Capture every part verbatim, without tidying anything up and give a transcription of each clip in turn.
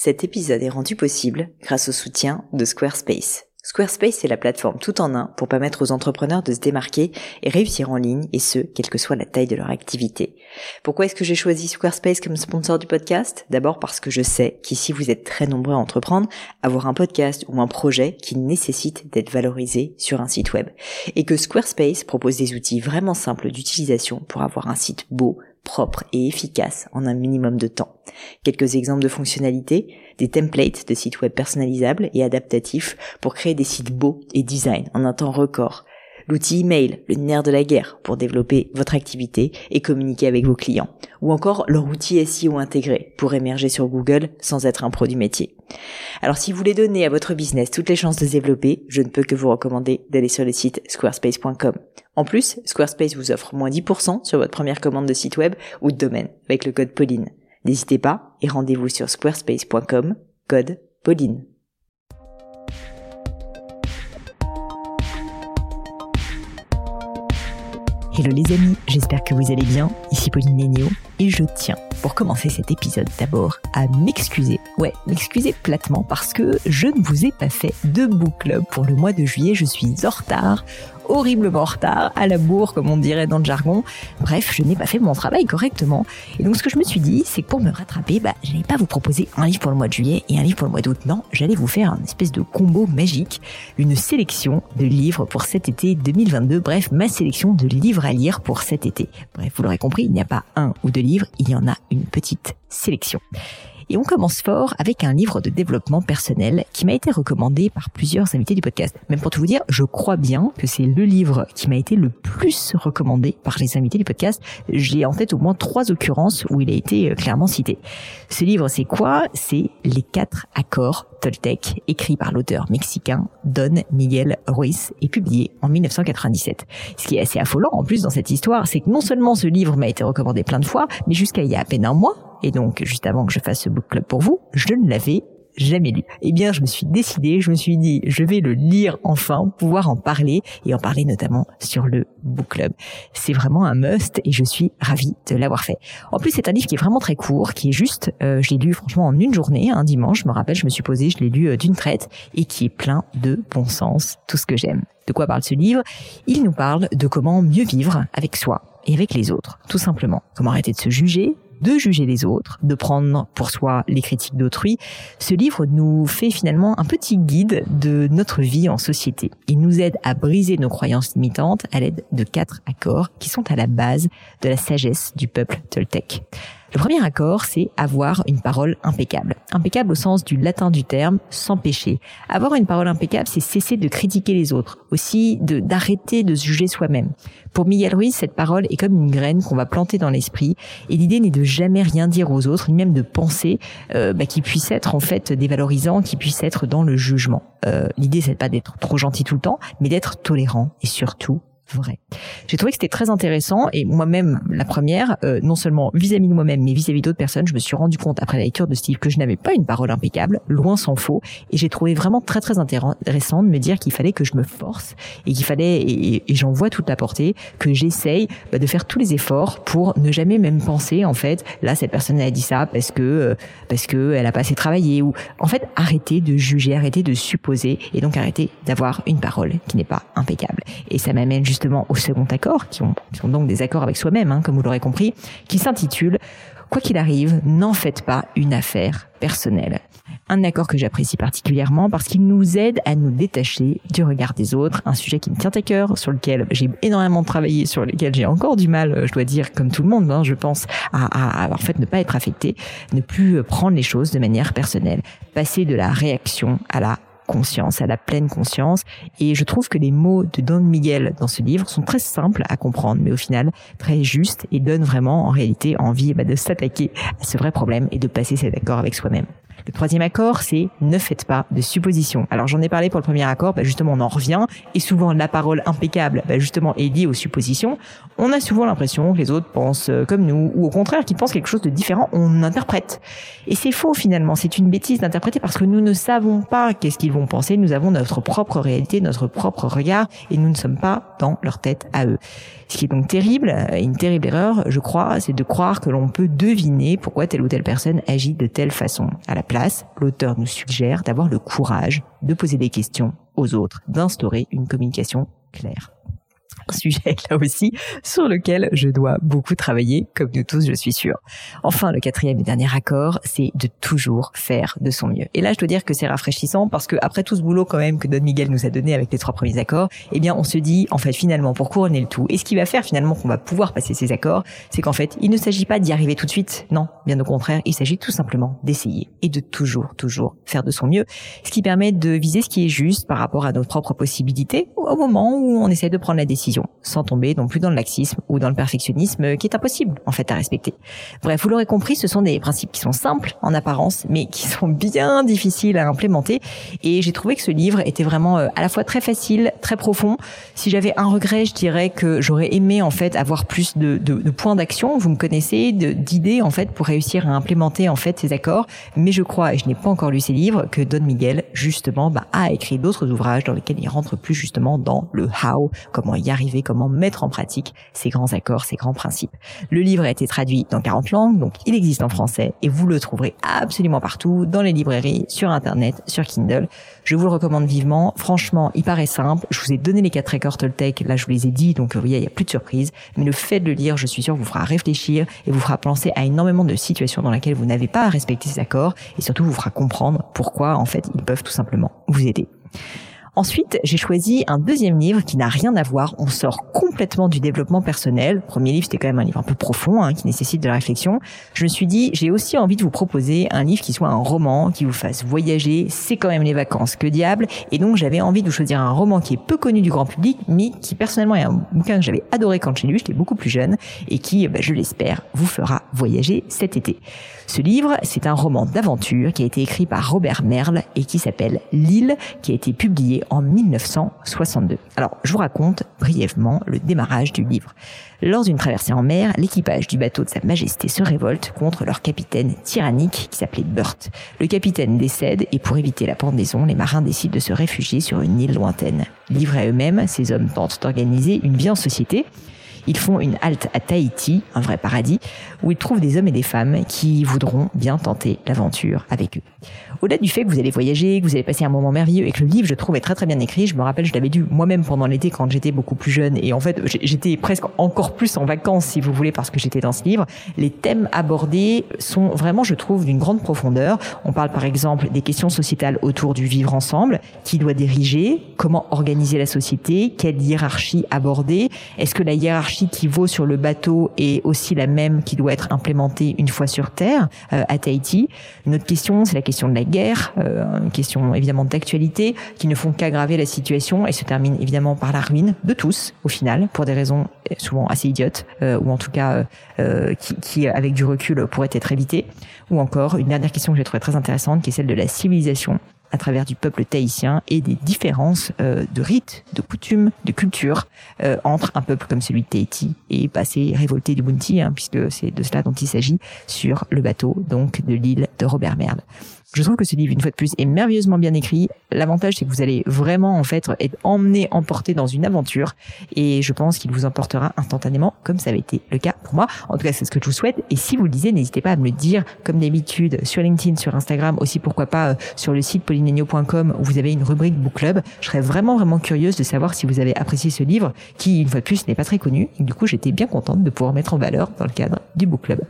Cet épisode est rendu possible grâce au soutien de Squarespace. Squarespace est la plateforme tout en un pour permettre aux entrepreneurs de se démarquer et réussir en ligne, et ce, quelle que soit la taille de leur activité. Pourquoi est-ce que j'ai choisi Squarespace comme sponsor du podcast ? D'abord parce que je sais qu'ici vous êtes très nombreux à entreprendre, avoir un podcast ou un projet qui nécessite d'être valorisé sur un site web. Et que Squarespace propose des outils vraiment simples d'utilisation pour avoir un site beau, propre et efficace en un minimum de temps. Quelques exemples de fonctionnalités, des templates de sites web personnalisables et adaptatifs pour créer des sites beaux et design en un temps record. L'outil email, le nerf de la guerre pour développer votre activité et communiquer avec vos clients. Ou encore leur outil S E O intégré pour émerger sur Google sans être un pro du métier. Alors si vous voulez donner à votre business toutes les chances de se développer, je ne peux que vous recommander d'aller sur le site squarespace point com. En plus, Squarespace vous offre moins dix pour cent sur votre première commande de site web ou de domaine avec le code Pauline. N'hésitez pas et rendez-vous sur squarespace point com, code Pauline. Hello les amis, j'espère que vous allez bien, ici Pauline Léniaud, et je tiens, pour commencer cet épisode d'abord, à m'excuser, ouais, m'excuser platement parce que je ne vous ai pas fait de book club pour le mois de juillet, je suis en retard, horriblement en retard, à la bourre comme on dirait dans le jargon, bref, je n'ai pas fait mon travail correctement, et donc ce que je me suis dit, c'est que pour me rattraper, bah, je n'allais pas vous proposer un livre pour le mois de juillet et un livre pour le mois d'août, non, j'allais vous faire un espèce de combo magique, une sélection de livres pour cet été deux mille vingt-deux, bref, ma sélection de livres à lire pour cet été. Bref, vous l'aurez compris, il n'y a pas un ou deux livres, il y en a une petite sélection. Et on commence fort avec un livre de développement personnel qui m'a été recommandé par plusieurs invités du podcast. Même pour tout vous dire, je crois bien que c'est le livre qui m'a été le plus recommandé par les invités du podcast. J'ai en tête au moins trois occurrences où il a été clairement cité. Ce livre, c'est quoi ? C'est Les quatre accords Toltec, écrit par l'auteur mexicain Don Miguel Ruiz et publié en dix-neuf cent quatre-vingt-dix-sept. Ce qui est assez affolant en plus dans cette histoire, c'est que non seulement ce livre m'a été recommandé plein de fois, mais jusqu'à il y a à peine un mois, et donc juste avant que je fasse ce book club pour vous, je ne l'avais jamais lu. Eh bien, je me suis décidée, je me suis dit, je vais le lire enfin, pouvoir en parler, et en parler notamment sur le book club. C'est vraiment un must, et je suis ravie de l'avoir fait. En plus, c'est un livre qui est vraiment très court, qui est juste, euh, je l'ai lu franchement en une journée, un dimanche, je me rappelle, je me suis posée, je l'ai lu euh, d'une traite, et qui est plein de bon sens, tout ce que j'aime. De quoi parle ce livre ? Il nous parle de comment mieux vivre avec soi et avec les autres, tout simplement. Comment arrêter de se juger, de juger les autres, de prendre pour soi les critiques d'autrui. Ce livre nous fait finalement un petit guide de notre vie en société. Il nous aide à briser nos croyances limitantes à l'aide de quatre accords qui sont à la base de la sagesse du peuple Toltec. Le premier accord, c'est avoir une parole impeccable. Impeccable au sens du latin du terme, sans péché. Avoir une parole impeccable, c'est cesser de critiquer les autres. Aussi, de, d'arrêter de se juger soi-même. Pour Miguel Ruiz, cette parole est comme une graine qu'on va planter dans l'esprit. Et l'idée n'est de jamais rien dire aux autres, ni même de penser euh, bah, qui puisse être en fait dévalorisant, qui puisse être dans le jugement. Euh, l'idée, c'est pas d'être trop gentil tout le temps, mais d'être tolérant et surtout vrai. J'ai trouvé que c'était très intéressant et moi-même, la première, euh, non seulement vis-à-vis de moi-même, mais vis-à-vis d'autres personnes, je me suis rendu compte après la lecture de ce livre que je n'avais pas une parole impeccable, loin s'en faut, et j'ai trouvé vraiment très très intéressant de me dire qu'il fallait que je me force et qu'il fallait, et, et j'en vois toute la portée, que j'essaye bah, de faire tous les efforts pour ne jamais même penser, en fait, là cette personne elle a dit ça parce que euh, parce que elle a pas assez travaillé, ou en fait arrêter de juger, arrêter de supposer, et donc arrêter d'avoir une parole qui n'est pas impeccable. Et ça m'amène justement au second accord, qui, ont, qui sont donc des accords avec soi-même, hein, comme vous l'aurez compris, qui s'intitule « Quoi qu'il arrive, n'en faites pas une affaire personnelle ». Un accord que j'apprécie particulièrement parce qu'il nous aide à nous détacher du regard des autres, un sujet qui me tient à cœur, sur lequel j'ai énormément travaillé, sur lequel j'ai encore du mal, je dois dire, comme tout le monde, hein, je pense, à, à, à en fait ne pas être affecté, ne plus prendre les choses de manière personnelle, passer de la réaction à la conscience, à la pleine conscience. Et je trouve que les mots de Don Miguel dans ce livre sont très simples à comprendre, mais au final très justes et donnent vraiment en réalité envie bah, de s'attaquer à ce vrai problème et de passer cet accord avec soi-même. Le troisième accord, c'est ne faites pas de suppositions. Alors j'en ai parlé pour le premier accord, bah justement on en revient, et souvent la parole impeccable bah justement est liée aux suppositions. On a souvent l'impression que les autres pensent comme nous, ou au contraire qu'ils pensent quelque chose de différent, on interprète. Et c'est faux finalement, c'est une bêtise d'interpréter parce que nous ne savons pas qu'est-ce qu'ils vont penser, nous avons notre propre réalité, notre propre regard, et nous ne sommes pas dans leur tête à eux. Ce qui est donc terrible, une terrible erreur, je crois, c'est de croire que l'on peut deviner pourquoi telle ou telle personne agit de telle façon. À la place, l'auteur nous suggère d'avoir le courage de poser des questions aux autres, d'instaurer une communication claire. Un sujet là aussi sur lequel je dois beaucoup travailler, comme nous tous, je suis sûre. Enfin, le quatrième et dernier accord, c'est de toujours faire de son mieux. Et là, je dois dire que c'est rafraîchissant parce que après tout ce boulot quand même que Don Miguel nous a donné avec les trois premiers accords, eh bien, on se dit, en fait, finalement, pour couronner le tout, et ce qui va faire finalement qu'on va pouvoir passer ces accords, c'est qu'en fait, il ne s'agit pas d'y arriver tout de suite. Non, bien au contraire, il s'agit tout simplement d'essayer et de toujours, toujours faire de son mieux, ce qui permet de viser ce qui est juste par rapport à nos propres possibilités au moment où on essaie de prendre la décision, sans tomber non plus dans le laxisme ou dans le perfectionnisme qui est impossible en fait à respecter. Bref, vous l'aurez compris, ce sont des principes qui sont simples en apparence, mais qui sont bien difficiles à implémenter. Et j'ai trouvé que ce livre était vraiment à la fois très facile, très profond. Si j'avais un regret, je dirais que j'aurais aimé en fait avoir plus de, de, de points d'action. Vous me connaissez, de, d'idées en fait pour réussir à implémenter en fait ces accords. Mais je crois, et je n'ai pas encore lu ces livres, que Don Miguel justement bah, a écrit d'autres ouvrages dans lesquels il rentre plus justement dans le how, comment y arriver, comment mettre en pratique ces grands accords, ces grands principes. Le livre a été traduit dans quarante langues, donc il existe en français et vous le trouverez absolument partout, dans les librairies, sur Internet, sur Kindle. Je vous le recommande vivement. Franchement, il paraît simple. Je vous ai donné les quatre accords Toltec, là je vous les ai dit, donc vous voyez, il n'y a plus de surprise. Mais le fait de le lire, je suis sûr, vous fera réfléchir et vous fera penser à énormément de situations dans lesquelles vous n'avez pas à respecter ces accords et surtout vous fera comprendre pourquoi en fait ils peuvent tout simplement vous aider. Ensuite, j'ai choisi un deuxième livre qui n'a rien à voir. On sort complètement du développement personnel. Le premier livre, c'était quand même un livre un peu profond, hein, qui nécessite de la réflexion. Je me suis dit, j'ai aussi envie de vous proposer un livre qui soit un roman, qui vous fasse voyager. C'est quand même les vacances, que diable. Et donc, j'avais envie de vous choisir un roman qui est peu connu du grand public, mais qui personnellement est un bouquin que j'avais adoré quand j'ai lu. J'étais beaucoup plus jeune et qui, bah, je l'espère, vous fera voyager cet été. Ce livre, c'est un roman d'aventure qui a été écrit par Robert Merle et qui s'appelle L'île, qui a été publié en mille neuf cent soixante-deux. Alors, je vous raconte brièvement le démarrage du livre. Lors d'une traversée en mer, l'équipage du bateau de Sa Majesté se révolte contre leur capitaine tyrannique qui s'appelait Burt. Le capitaine décède et pour éviter la pendaison, les marins décident de se réfugier sur une île lointaine. Livrés à eux-mêmes, ces hommes tentent d'organiser une vie en société. Ils font une halte à Tahiti, un vrai paradis, où ils trouvent des hommes et des femmes qui voudront bien tenter l'aventure avec eux. Au-delà du fait que vous allez voyager, que vous allez passer un moment merveilleux et que le livre, je trouve, est très très bien écrit. Je me rappelle, je l'avais lu moi-même pendant l'été quand j'étais beaucoup plus jeune et en fait, j'étais presque encore plus en vacances, si vous voulez, parce que j'étais dans ce livre. Les thèmes abordés sont vraiment, je trouve, d'une grande profondeur. On parle par exemple des questions sociétales autour du vivre ensemble, qui doit diriger, comment organiser la société, quelle hiérarchie aborder, est-ce que la hiérarchie qui vaut sur le bateau est aussi la même qui doit être implémentée une fois sur Terre, euh, à Tahiti. Une autre question, c'est la question de la guerre, euh, une question évidemment d'actualité, qui ne font qu'aggraver la situation et se termine évidemment par la ruine de tous, au final, pour des raisons souvent assez idiotes, euh, ou en tout cas euh, qui, qui, avec du recul, pourraient être évitées. Ou encore, une dernière question que j'ai trouvée très intéressante, qui est celle de la civilisation à travers du peuple tahitien et des différences euh, de rites, de coutumes, de culture euh, entre un peuple comme celui de Tahiti et bah, ces révoltés du Bounty, hein, puisque c'est de cela dont il s'agit sur le bateau donc de l'île de Robert Merle. Je trouve que ce livre, une fois de plus, est merveilleusement bien écrit. L'avantage, c'est que vous allez vraiment, en fait, être emmené, emporté dans une aventure. Et je pense qu'il vous emportera instantanément, comme ça avait été le cas pour moi. En tout cas, c'est ce que je vous souhaite. Et si vous le lisez, n'hésitez pas à me le dire, comme d'habitude, sur LinkedIn, sur Instagram, aussi pourquoi pas euh, sur le site pauline legnaud point com où vous avez une rubrique Book Club. Je serais vraiment, vraiment curieuse de savoir si vous avez apprécié ce livre, qui, une fois de plus, n'est pas très connu. Et du coup, j'étais bien contente de pouvoir mettre en valeur dans le cadre du Book Club.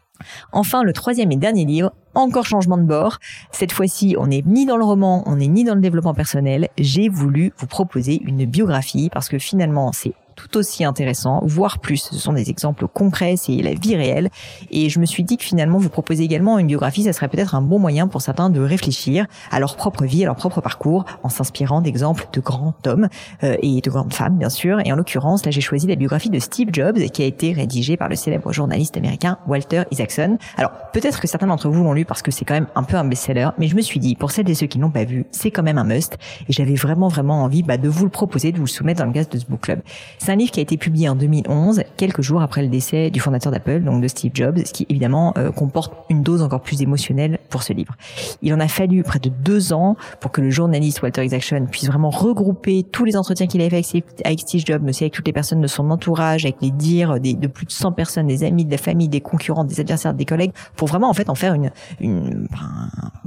Enfin, le troisième et dernier livre, encore changement de bord. Cette fois-ci, on n'est ni dans le roman, on n'est ni dans le développement personnel. J'ai voulu vous proposer une biographie parce que finalement, c'est tout aussi intéressant, voire plus. Ce sont des exemples concrets, c'est la vie réelle. Et je me suis dit que finalement, vous proposer également une biographie, ça serait peut-être un bon moyen pour certains de réfléchir à leur propre vie, à leur propre parcours, en s'inspirant d'exemples de grands hommes euh, et de grandes femmes, bien sûr. Et en l'occurrence, là, j'ai choisi la biographie de Steve Jobs, qui a été rédigée par le célèbre journaliste américain Walter Isaacson. Alors, peut-être que certains d'entre vous l'ont lu parce que c'est quand même un peu un best-seller, mais je me suis dit, pour celles et ceux qui ne l'ont pas vu, c'est quand même un must. Et j'avais vraiment, vraiment envie bah, de vous le proposer, de vous le soumettre dans le cadre de ce book club. C'est un livre qui a été publié en deux mille onze, quelques jours après le décès du fondateur d'Apple, donc de Steve Jobs, ce qui évidemment euh, comporte une dose encore plus émotionnelle pour ce livre. Il en a fallu près de deux ans pour que le journaliste Walter Isaacson puisse vraiment regrouper tous les entretiens qu'il avait fait avec Steve Jobs, mais aussi avec toutes les personnes de son entourage, avec les dires des, de plus de cent personnes, des amis, de la famille, des concurrents, des adversaires, des collègues, pour vraiment en fait en faire une, une,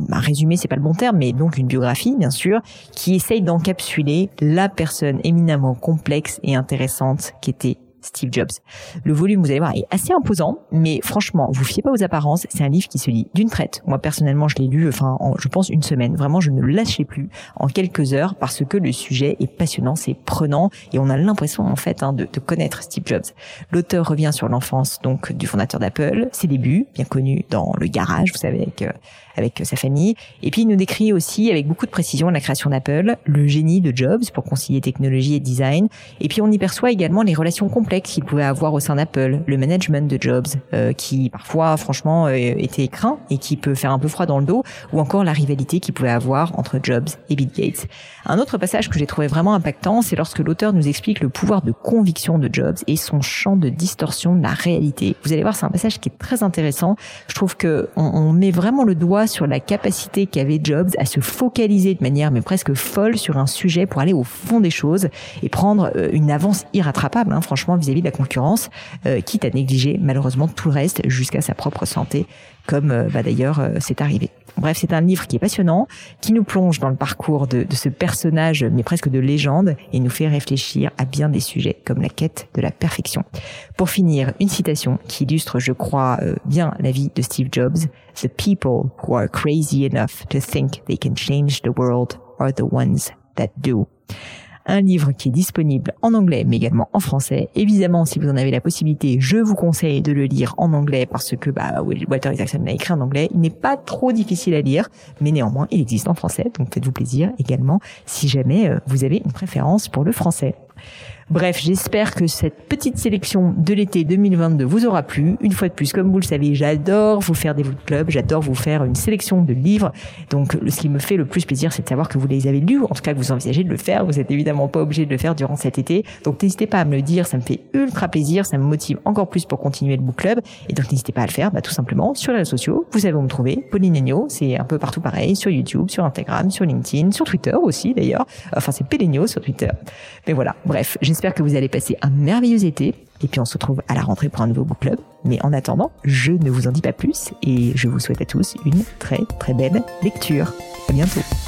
bah, résumé, c'est pas le bon terme, mais donc une biographie, bien sûr, qui essaye d'encapsuler la personne éminemment complexe et intéressante qu'était Steve Jobs. Le volume, vous allez voir, est assez imposant, mais franchement, vous fiez pas aux apparences, c'est un livre qui se lit d'une traite. Moi, personnellement, je l'ai lu, enfin, en, je pense une semaine. Vraiment, je ne le lâchais plus en quelques heures parce que le sujet est passionnant, c'est prenant et on a l'impression, en fait, hein, de, de connaître Steve Jobs. L'auteur revient sur l'enfance, donc, du fondateur d'Apple, ses débuts, bien connus dans le garage, vous savez, avec, euh, avec sa famille. Et puis, il nous décrit aussi, avec beaucoup de précision, la création d'Apple, le génie de Jobs pour concilier technologie et design. Et puis, on y perçoit également les relations complexes qu'il pouvait avoir au sein d'Apple, le management de Jobs, euh, qui parfois, franchement, euh, était craint et qui peut faire un peu froid dans le dos, ou encore la rivalité qu'il pouvait avoir entre Jobs et Bill Gates. Un autre passage que j'ai trouvé vraiment impactant, c'est lorsque l'auteur nous explique le pouvoir de conviction de Jobs et son champ de distorsion de la réalité. Vous allez voir, c'est un passage qui est très intéressant. Je trouve que on, on met vraiment le doigt sur la capacité qu'avait Jobs à se focaliser de manière mais presque folle sur un sujet pour aller au fond des choses et prendre euh, une avance irrattrapable, hein, franchement, vis-à-vis de la concurrence, euh, quitte à négliger malheureusement tout le reste jusqu'à sa propre santé, comme euh, bah, d'ailleurs euh, c'est arrivé. Bref, c'est un livre qui est passionnant, qui nous plonge dans le parcours de, de ce personnage, mais presque de légende, et nous fait réfléchir à bien des sujets comme la quête de la perfection. Pour finir, une citation qui illustre, je crois, euh, bien la vie de Steve Jobs. The people who are crazy enough to think they can change the world are the ones that do. Un livre qui est disponible en anglais, mais également en français. Évidemment, si vous en avez la possibilité, je vous conseille de le lire en anglais parce que bah, Walter Isaacson l'a écrit en anglais. Il n'est pas trop difficile à lire, mais néanmoins, il existe en français. Donc faites-vous plaisir également si jamais vous avez une préférence pour le français. Bref, j'espère que cette petite sélection de l'été deux mille vingt-deux vous aura plu. Une fois de plus, comme vous le savez, j'adore vous faire des book clubs, j'adore vous faire une sélection de livres. Donc, ce qui me fait le plus plaisir, c'est de savoir que vous les avez lus, en tout cas que vous envisagez de le faire. Vous n'êtes évidemment pas obligé de le faire durant cet été. Donc, n'hésitez pas à me le dire, ça me fait ultra plaisir, ça me motive encore plus pour continuer le book club. Et donc, n'hésitez pas à le faire, bah, tout simplement, sur les réseaux sociaux. Vous savez où me trouver, Pauline Legnaud, c'est un peu partout pareil, sur YouTube, sur Instagram, sur LinkedIn, sur Twitter aussi d'ailleurs. Enfin, c'est Pélegnaud sur Twitter. Mais voilà, bref, j'espère que vous allez passer un merveilleux été et puis on se retrouve à la rentrée pour un nouveau book club. Mais en attendant, je ne vous en dis pas plus et je vous souhaite à tous une très très belle lecture. À bientôt.